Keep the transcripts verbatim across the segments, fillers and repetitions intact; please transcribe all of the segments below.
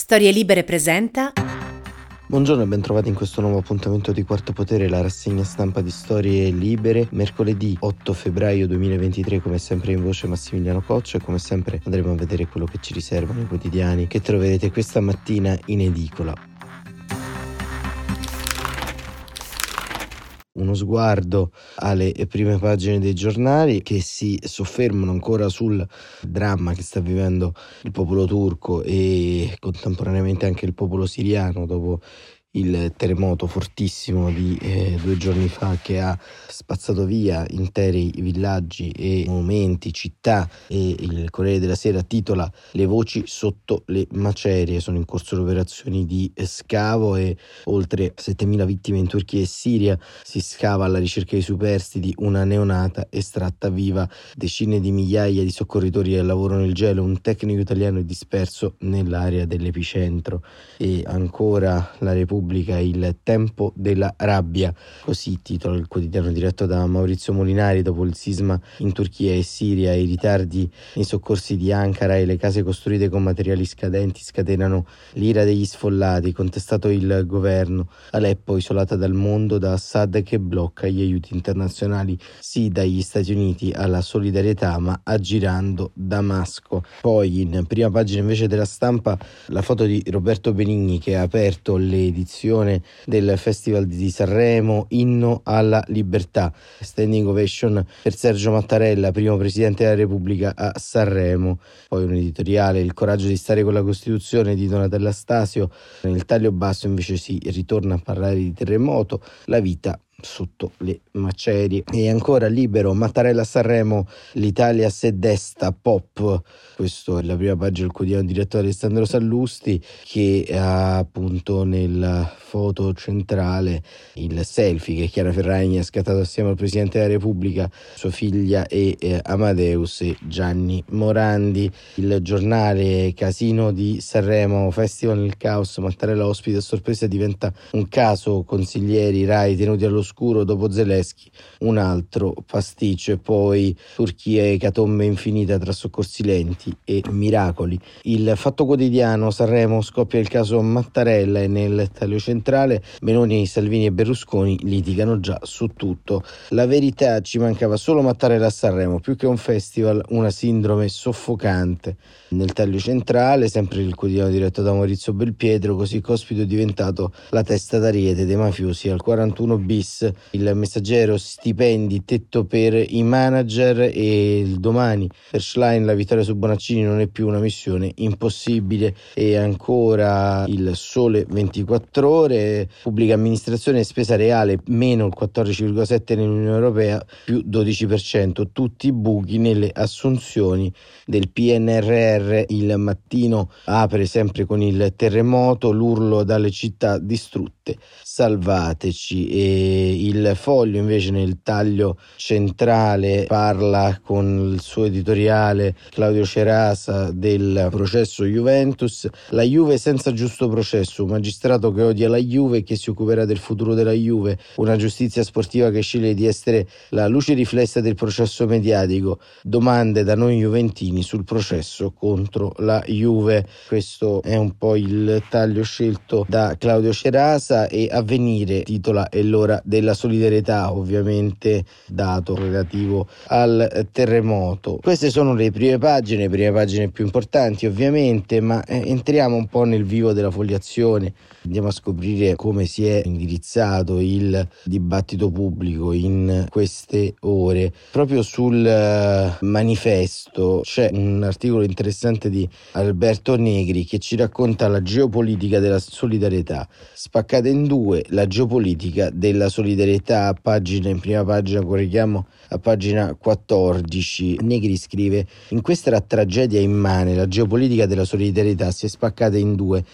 Storie Libere presenta. Buongiorno e bentrovati in questo nuovo appuntamento di Quarto Potere, la rassegna stampa di Storie Libere. Mercoledì otto febbraio duemilaventitré, come sempre in voce Massimiliano Coccia, e come sempre andremo a vedere quello che ci riservano i quotidiani che troverete questa mattina in edicola. Uno sguardo alle prime pagine dei giornali che si soffermano ancora sul dramma che sta vivendo il popolo turco e contemporaneamente anche il popolo siriano dopo il terremoto fortissimo di eh, due giorni fa che ha spazzato via interi villaggi e monumenti, città, e il Corriere della Sera titola "Le voci sotto le macerie". Sono in corso le operazioni di scavo e oltre settemila vittime in Turchia e Siria. Si scava alla ricerca dei superstiti, una neonata estratta viva, decine di migliaia di soccorritori al lavoro nel gelo, un tecnico italiano è disperso nell'area dell'epicentro. E ancora la Repubblica, il tempo della rabbia, così titola il quotidiano diretto da Maurizio Molinari. Dopo il sisma in Turchia e Siria, i ritardi nei soccorsi di Ankara e le case costruite con materiali scadenti scatenano l'ira degli sfollati, contestato il governo. Aleppo isolata dal mondo da Assad che blocca gli aiuti internazionali, sì dagli Stati Uniti alla solidarietà ma aggirando Damasco. Poi in prima pagina invece della Stampa la foto di Roberto Benigni che ha aperto l'edizione del Festival di Sanremo, inno alla libertà, standing ovation per Sergio Mattarella, primo presidente della Repubblica a Sanremo. Poi un editoriale, il coraggio di stare con la Costituzione di Donatella Stasio. Nel taglio basso invece si ritorna a parlare di terremoto, la vita sotto le macerie. E ancora Libero, Mattarella a Sanremo, l'Italia se desta pop. Questo è la prima pagina del quotidiano diretto da Alessandro Sallusti, che ha appunto nella foto centrale il selfie che Chiara Ferragni ha scattato assieme al Presidente della Repubblica, sua figlia e eh, Amadeus e Gianni Morandi. Il giornale, casino di Sanremo, festival nel caos, Mattarella ospite a sorpresa, diventa un caso, consiglieri Rai tenuti allo scuro dopo Zelensky, un altro pasticcio. E poi Turchia, ecatombe infinita tra soccorsi lenti e miracoli. Il Fatto Quotidiano, Sanremo, scoppia il caso Mattarella, e nel taglio centrale Meloni, Salvini e Berlusconi litigano già su tutto. La Verità, ci mancava solo Mattarella a Sanremo, più che un festival una sindrome soffocante. Nel taglio centrale sempre il quotidiano diretto da Maurizio Belpietro, così Cospito è diventato la testa d'ariete dei mafiosi al quarantuno bis. Il Messaggero, stipendi, tetto per i manager. E il Domani, per Schlein la vittoria su Bonaccini non è più una missione impossibile. E ancora il Sole ventiquattro ore, pubblica amministrazione e spesa reale meno il quattordici virgola sette nell'Unione Europea, più dodici per cento, tutti i buchi nelle assunzioni del P N R R. Il Mattino apre sempre con il terremoto, l'urlo dalle città distrutte, salvateci. E il Foglio invece nel taglio centrale parla con il suo editoriale Claudio Cerasa del processo Juventus. La Juve senza giusto processo, un magistrato che odia la Juve e che si occuperà del futuro della Juve, una giustizia sportiva che sceglie di essere la luce riflessa del processo mediatico, domande da noi juventini sul processo contro la Juve. Questo è un po' il taglio scelto da Claudio Cerasa. E Avvenire titola "È l'ora della solidarietà", ovviamente dato relativo al terremoto. Queste sono le prime pagine, le prime pagine più importanti ovviamente, ma eh, entriamo un po' nel vivo della fogliazione. Andiamo a scoprire come si è indirizzato il dibattito pubblico in queste ore. Proprio sul uh, manifesto c'è un articolo interessante di Alberto Negri che ci racconta la geopolitica della solidarietà, spaccata in due, la geopolitica della solidarietà, a pagina in prima pagina con richiamo a pagina quattordici. Negri scrive: in questa tragedia immane la geopolitica della solidarietà si è spaccata in due.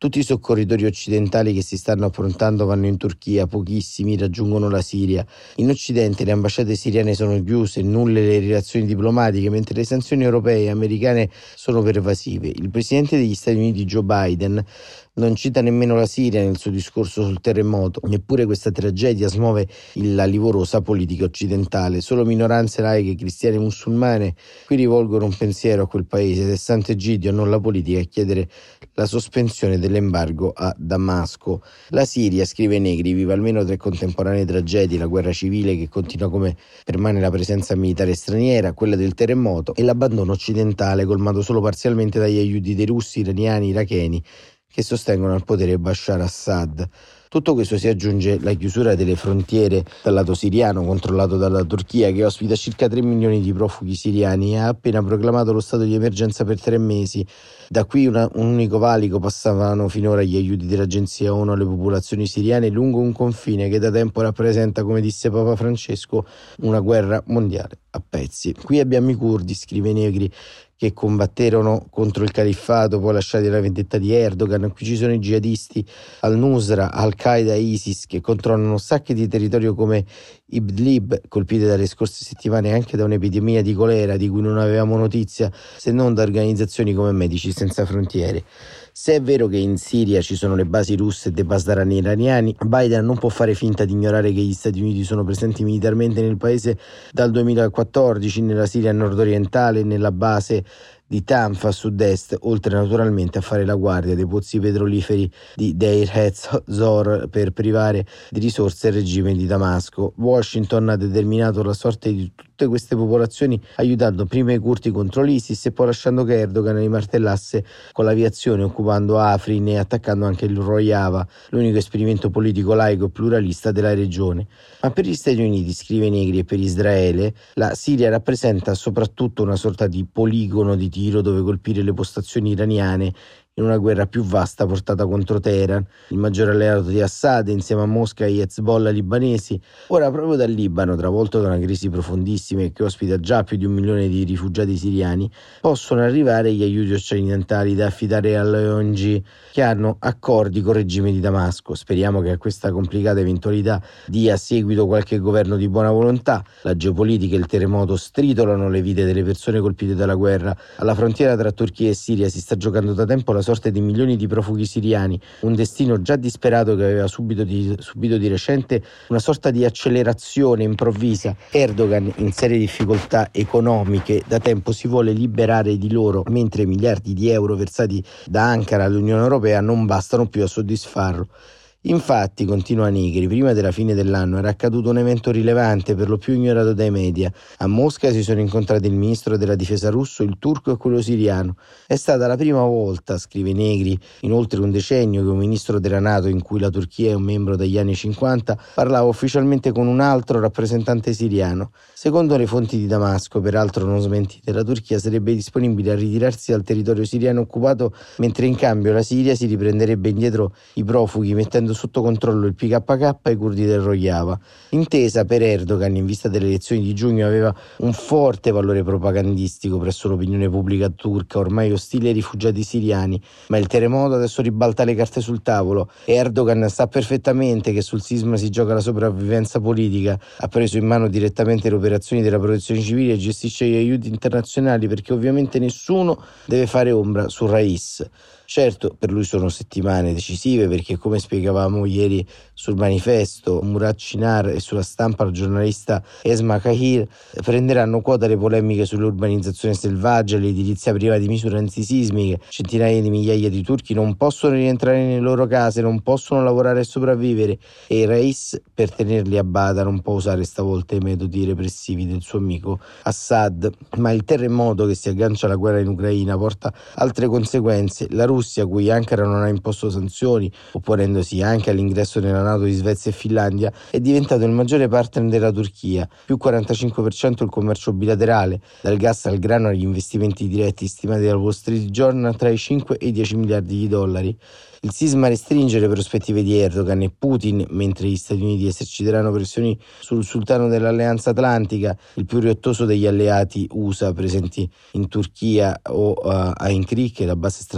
Tutti i soccorritori occidentali che si stanno approntando vanno in Turchia, pochissimi raggiungono la Siria. In Occidente le ambasciate siriane sono chiuse, nulle le relazioni diplomatiche, mentre le sanzioni europee e americane sono pervasive. Il presidente degli Stati Uniti Joe Biden non cita nemmeno la Siria nel suo discorso sul terremoto, neppure questa tragedia smuove la livorosa politica occidentale. Solo minoranze laiche, cristiane e musulmane qui rivolgono un pensiero a quel paese ed è Sant'Egidio, non la politica, a chiedere la sospensione dell'embargo a Damasco. La Siria, scrive Negri, vive almeno tre contemporanee tragedie: la guerra civile che continua come permane la presenza militare straniera, quella del terremoto e l'abbandono occidentale colmato solo parzialmente dagli aiuti dei russi, iraniani, iracheni che sostengono al potere Bashar Assad. Tutto questo si aggiunge la chiusura delle frontiere dal lato siriano, controllato dalla Turchia, che ospita circa tre milioni di profughi siriani e ha appena proclamato lo stato di emergenza per tre mesi. Da qui una, un unico valico passavano finora gli aiuti dell'agenzia ONU alle popolazioni siriane lungo un confine che da tempo rappresenta, come disse Papa Francesco, una guerra mondiale a pezzi. Qui abbiamo i curdi, scrive Negri, che combatterono contro il califfato, poi lasciati alla vendetta di Erdogan. Qui ci sono i jihadisti al-Nusra, Al-Qaeda e ISIS che controllano sacche di territorio come Idlib, colpite dalle scorse settimane anche da un'epidemia di colera di cui non avevamo notizia se non da organizzazioni come Medici Senza Frontiere. Se è vero che in Siria ci sono le basi russe e dei basdaran iraniani, Biden non può fare finta di ignorare che gli Stati Uniti sono presenti militarmente nel paese dal duemilaquattordici, nella Siria nord-orientale e nella base di Tanf a sud-est, oltre naturalmente a fare la guardia dei pozzi petroliferi di Deir ez-Zor per privare di risorse il regime di Damasco. Washington ha determinato la sorte di tutte queste popolazioni, aiutando prima i curdi contro l'ISIS e poi lasciando che Erdogan li martellasse con l'aviazione, occupando Afrin e attaccando anche il Rojava, l'unico esperimento politico laico e pluralista della regione. Ma per gli Stati Uniti, scrive Negri, e per Israele, la Siria rappresenta soprattutto una sorta di poligono di tiro dove colpire le postazioni iraniane in una guerra più vasta portata contro Teheran, il maggiore alleato di Assad, insieme a Mosca e gli Hezbollah libanesi. Ora, proprio dal Libano, travolto da una crisi profondissima e che ospita già più di un milione di rifugiati siriani, possono arrivare gli aiuti occidentali da affidare alle O N G che hanno accordi col regime di Damasco. Speriamo che a questa complicata eventualità dia seguito qualche governo di buona volontà. La geopolitica e il terremoto stritolano le vite delle persone colpite dalla guerra. Alla frontiera tra Turchia e Siria si sta giocando da tempo la sorte di milioni di profughi siriani, un destino già disperato che aveva subito di, subito di recente una sorta di accelerazione improvvisa. Erdogan, in serie difficoltà economiche, da tempo si vuole liberare di loro, mentre i miliardi di euro versati da Ankara all'Unione Europea non bastano più a soddisfarlo. Infatti, continua Negri, prima della fine dell'anno era accaduto un evento rilevante, per lo più ignorato dai media. A Mosca si sono incontrati il ministro della difesa russo, il turco e quello siriano. È stata la prima volta, scrive Negri, in oltre un decennio che un ministro della NATO, in cui la Turchia è un membro dagli anni cinquanta, parlava ufficialmente con un altro rappresentante siriano. Secondo le fonti di Damasco, peraltro non smentite, la Turchia sarebbe disponibile a ritirarsi dal territorio siriano occupato, mentre in cambio la Siria si riprenderebbe indietro i profughi, mettendo sotto controllo il P K K e i curdi del Rojava. Intesa per Erdogan in vista delle elezioni di giugno aveva un forte valore propagandistico presso l'opinione pubblica turca, ormai ostile ai rifugiati siriani, ma il terremoto adesso ribalta le carte sul tavolo. Erdogan sa perfettamente che sul sisma si gioca la sopravvivenza politica, ha preso in mano direttamente le operazioni della protezione civile e gestisce gli aiuti internazionali, perché ovviamente nessuno deve fare ombra su Rais. Certo, per lui sono settimane decisive perché, come spiegavamo ieri sul manifesto, Murat Cinar e sulla stampa il giornalista Esma Kahir prenderanno quota le polemiche sull'urbanizzazione selvaggia e l'edilizia priva di misure antisismiche. Centinaia di migliaia di turchi non possono rientrare nelle loro case, non possono lavorare e sopravvivere, e il Rais, per tenerli a bada, non può usare stavolta i metodi repressivi del suo amico Assad. Ma il terremoto che si aggancia alla guerra in Ucraina porta altre conseguenze. La Russia, cui Ankara non ha imposto sanzioni, opponendosi anche all'ingresso nella NATO di Svezia e Finlandia, è diventato il maggiore partner della Turchia, più quarantacinque per cento il commercio bilaterale, dal gas al grano agli investimenti diretti stimati dal Wall Street Journal tra i cinque e i dieci miliardi di dollari. Il sisma restringe le prospettive di Erdogan e Putin, mentre gli Stati Uniti eserciteranno pressioni sul sultano dell'Alleanza Atlantica, il più riottoso degli alleati U S A presenti in Turchia, o uh, a Incirlik, la base strategica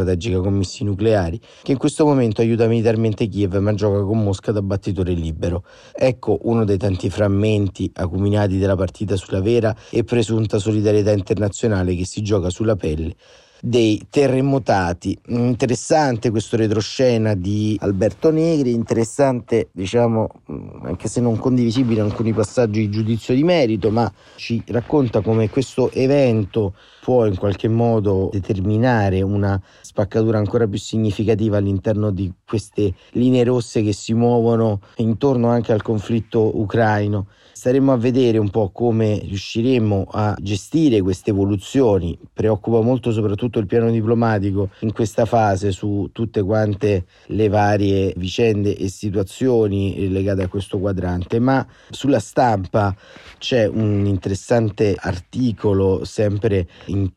con missili nucleari, che in questo momento aiuta militarmente Kiev ma gioca con Mosca da battitore libero. Ecco uno dei tanti frammenti acuminati della partita sulla vera e presunta solidarietà internazionale che si gioca sulla pelle dei terremotati. Interessante questo retroscena di Alberto Negri, interessante, diciamo, anche se non condivisibile alcuni passaggi di giudizio di merito, ma ci racconta come questo evento può in qualche modo determinare una spaccatura ancora più significativa all'interno di queste linee rosse che si muovono intorno anche al conflitto ucraino. Staremo a vedere un po' come riusciremo a gestire queste evoluzioni. Preoccupa molto soprattutto il piano diplomatico in questa fase su tutte quante le varie vicende e situazioni legate a questo quadrante, ma sulla stampa c'è un interessante articolo sempre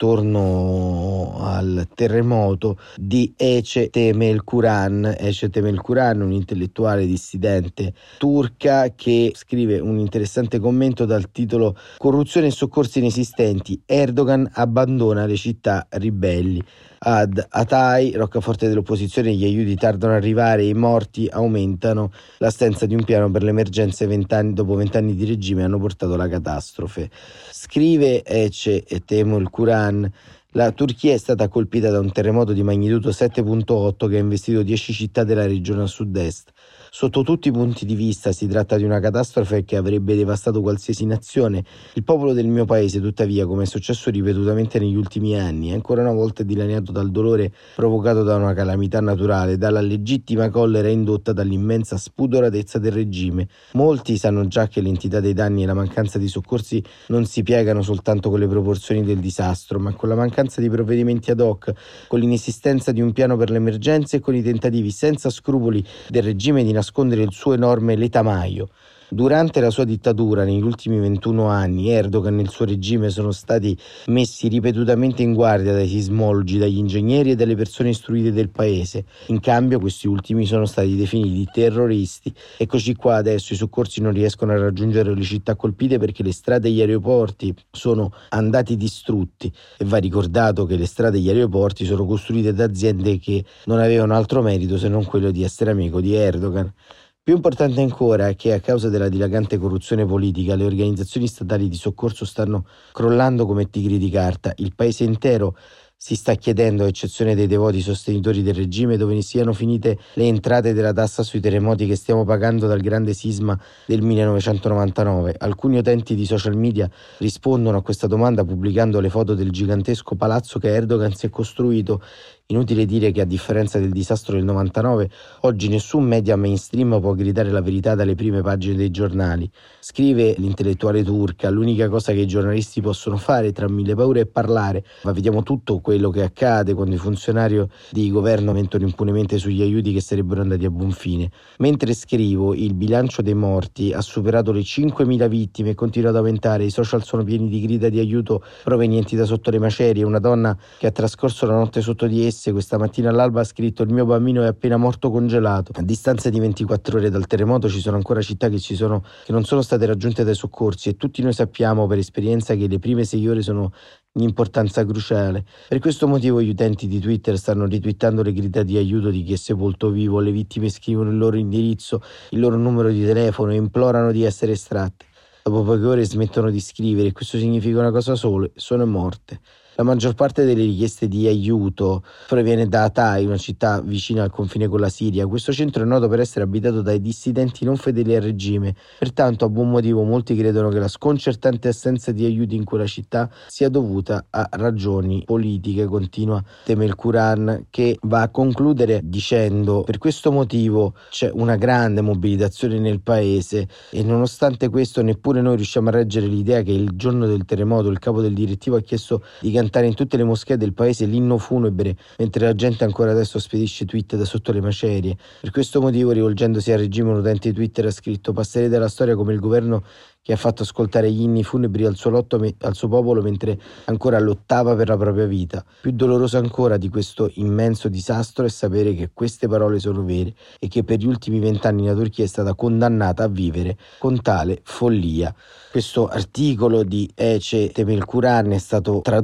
intorno al terremoto di Ece Temelkuran. Ece Temelkuran, un intellettuale dissidente turca che scrive un interessante commento dal titolo "Corruzione e soccorsi inesistenti, Erdogan abbandona le città ribelli". Ad Hatay, roccaforte dell'opposizione, gli aiuti tardano ad arrivare e i morti aumentano. L'assenza di un piano per le emergenze vent'anni, dopo vent'anni di regime hanno portato alla catastrofe. Scrive Ece Temelkuran: la Turchia è stata colpita da un terremoto di magnitudo sette virgola otto che ha investito dieci città della regione a sud-est. Sotto tutti i punti di vista si tratta di una catastrofe che avrebbe devastato qualsiasi nazione. Il popolo del mio paese, tuttavia, come è successo ripetutamente negli ultimi anni, è ancora una volta dilaniato dal dolore provocato da una calamità naturale, dalla legittima collera indotta dall'immensa spudoratezza del regime. Molti sanno già che l'entità dei danni e la mancanza di soccorsi non si piegano soltanto con le proporzioni del disastro, ma con la mancanza di provvedimenti ad hoc, con l'inesistenza di un piano per le emergenze e con i tentativi senza scrupoli del regime di nascondere il suo enorme letamaio. Durante la sua dittatura, negli ultimi ventuno anni, Erdogan e il suo regime sono stati messi ripetutamente in guardia dai sismologi, dagli ingegneri e dalle persone istruite del paese. In cambio, questi ultimi sono stati definiti terroristi. Eccoci qua adesso, i soccorsi non riescono a raggiungere le città colpite perché le strade e gli aeroporti sono andati distrutti. E va ricordato che le strade e gli aeroporti sono costruite da aziende che non avevano altro merito se non quello di essere amico di Erdogan. Più importante ancora è che a causa della dilagante corruzione politica le organizzazioni statali di soccorso stanno crollando come tigri di carta. Il paese intero si sta chiedendo, a eccezione dei devoti sostenitori del regime, dove siano finite le entrate della tassa sui terremoti che stiamo pagando dal grande sisma del millenovecentonovantanove. Alcuni utenti di social media rispondono a questa domanda pubblicando le foto del gigantesco palazzo che Erdogan si è costruito. Inutile dire che, a differenza del disastro del novantanove, oggi nessun media mainstream può gridare la verità dalle prime pagine dei giornali. Scrive l'intellettuale turca: l'unica cosa che i giornalisti possono fare tra mille paure è parlare, ma vediamo tutto quello che accade quando i funzionari di governo mentono impunemente sugli aiuti che sarebbero andati a buon fine. Mentre scrivo, il bilancio dei morti ha superato le cinquemila vittime e continua ad aumentare. I social sono pieni di grida di aiuto provenienti da sotto le macerie. Una donna che ha trascorso la notte sotto di esse questa mattina all'alba ha scritto: il mio bambino è appena morto congelato. A distanza di ventiquattro ore dal terremoto ci sono ancora città che, ci sono, che non sono state raggiunte dai soccorsi, e tutti noi sappiamo per esperienza che le prime sei ore sono di importanza cruciale. Per questo motivo gli utenti di Twitter stanno ritwittando le grida di aiuto di chi è sepolto vivo. Le vittime scrivono il loro indirizzo, il loro numero di telefono e implorano di essere estratte. Dopo poche ore smettono di scrivere e questo significa una cosa sola: sono morte. La maggior parte delle richieste di aiuto proviene da Hatay, una città vicina al confine con la Siria. Questo centro è noto per essere abitato dai dissidenti non fedeli al regime, pertanto a buon motivo molti credono che la sconcertante assenza di aiuti in quella città sia dovuta a ragioni politiche. Continua Temelkuran, che va a concludere dicendo: per questo motivo c'è una grande mobilitazione nel paese e nonostante questo neppure noi riusciamo a reggere l'idea che il giorno del terremoto il capo del direttivo ha chiesto di cantare in tutte le moschee del paese l'inno funebre, mentre la gente ancora adesso spedisce tweet da sotto le macerie. Per questo motivo, rivolgendosi al regime, un utente Twitter ha scritto: passerete alla storia come il governo che ha fatto ascoltare gli inni funebri al suo, lotto, al suo popolo mentre ancora lottava per la propria vita. Più doloroso ancora di questo immenso disastro è sapere che queste parole sono vere e che per gli ultimi vent'anni la Turchia è stata condannata a vivere con tale follia. Questo articolo di Ece Temelkuran è stato tradotto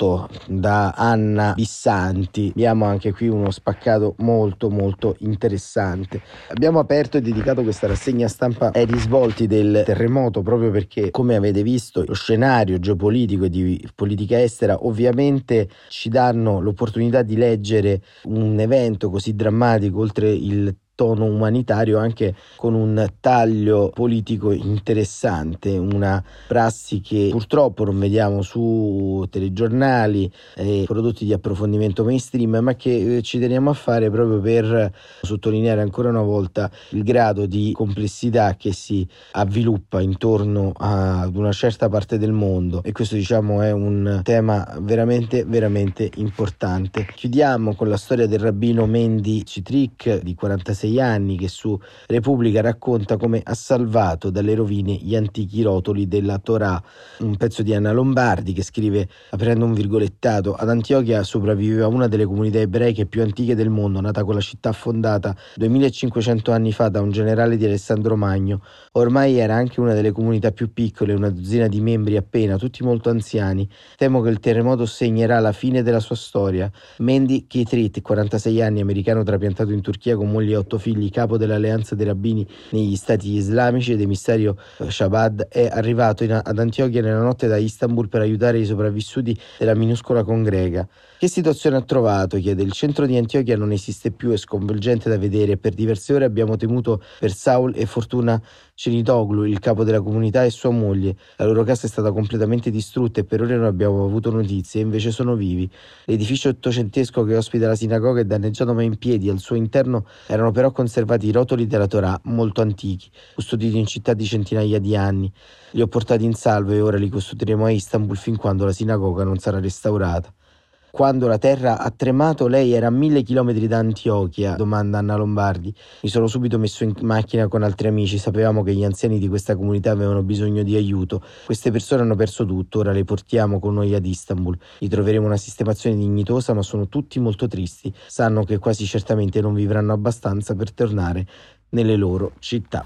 tradotto da Anna Bissanti. Abbiamo anche qui uno spaccato molto molto interessante. Abbiamo aperto e dedicato questa rassegna stampa ai risvolti del terremoto proprio perché, come avete visto, lo scenario geopolitico e di politica estera ovviamente ci danno l'opportunità di leggere un evento così drammatico, oltre il tono umanitario, anche con un taglio politico interessante, una prassi che purtroppo non vediamo su telegiornali e prodotti di approfondimento mainstream, ma che ci teniamo a fare proprio per sottolineare ancora una volta il grado di complessità che si avviluppa intorno ad una certa parte del mondo, e questo diciamo è un tema veramente veramente importante. Chiudiamo con la storia del rabbino Mendy Citrik di quarantasei anni, che su Repubblica racconta come ha salvato dalle rovine gli antichi rotoli della Torah. Un pezzo di Anna Lombardi che scrive, aprendo un virgolettato: ad Antiochia sopravviveva una delle comunità ebraiche più antiche del mondo, nata con la città fondata duemilacinquecento anni fa da un generale di Alessandro Magno. Ormai era anche una delle comunità più piccole, una dozzina di membri appena, tutti molto anziani. Temo che il terremoto segnerà la fine della sua storia. Mendy Citrik, quarantasei anni, americano trapiantato in Turchia con moglie e otto figli, capo dell'alleanza dei rabbini negli stati islamici ed emissario Shabad, è arrivato in, ad Antiochia nella notte da Istanbul per aiutare i sopravvissuti della minuscola congrega. Che situazione ha trovato? Chiede. Il centro di Antiochia non esiste più, è sconvolgente da vedere. Per diverse ore abbiamo temuto per Saul e Fortuna Cenitoglu, il capo della comunità, e sua moglie. La loro casa è stata completamente distrutta e per ore non abbiamo avuto notizie, e invece sono vivi. L'edificio ottocentesco che ospita la sinagoga è danneggiato ma in piedi. Al suo interno erano però conservati i rotoli della Torah, molto antichi, custoditi in città di centinaia di anni. Li ho portati in salvo e ora li custodiremo a Istanbul fin quando la sinagoga non sarà restaurata. Quando la terra ha tremato, lei era a mille chilometri da Antiochia, domanda Anna Lombardi. Mi sono subito messo in macchina con altri amici, sapevamo che gli anziani di questa comunità avevano bisogno di aiuto. Queste persone hanno perso tutto, ora le portiamo con noi ad Istanbul. Gli troveremo una sistemazione dignitosa, ma sono tutti molto tristi. Sanno che quasi certamente non vivranno abbastanza per tornare nelle loro città.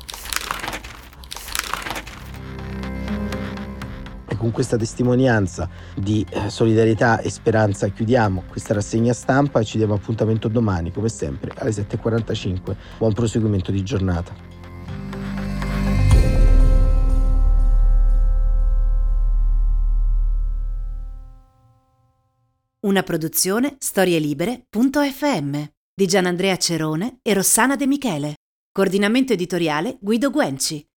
E con questa testimonianza di eh, solidarietà e speranza chiudiamo questa rassegna stampa e ci diamo appuntamento domani, come sempre, alle sette e quarantacinque. Buon proseguimento di giornata. Una produzione storielibere punto effe emme di Gianandrea Cerone e Rossana De Michele. Coordinamento editoriale Guido Guenci.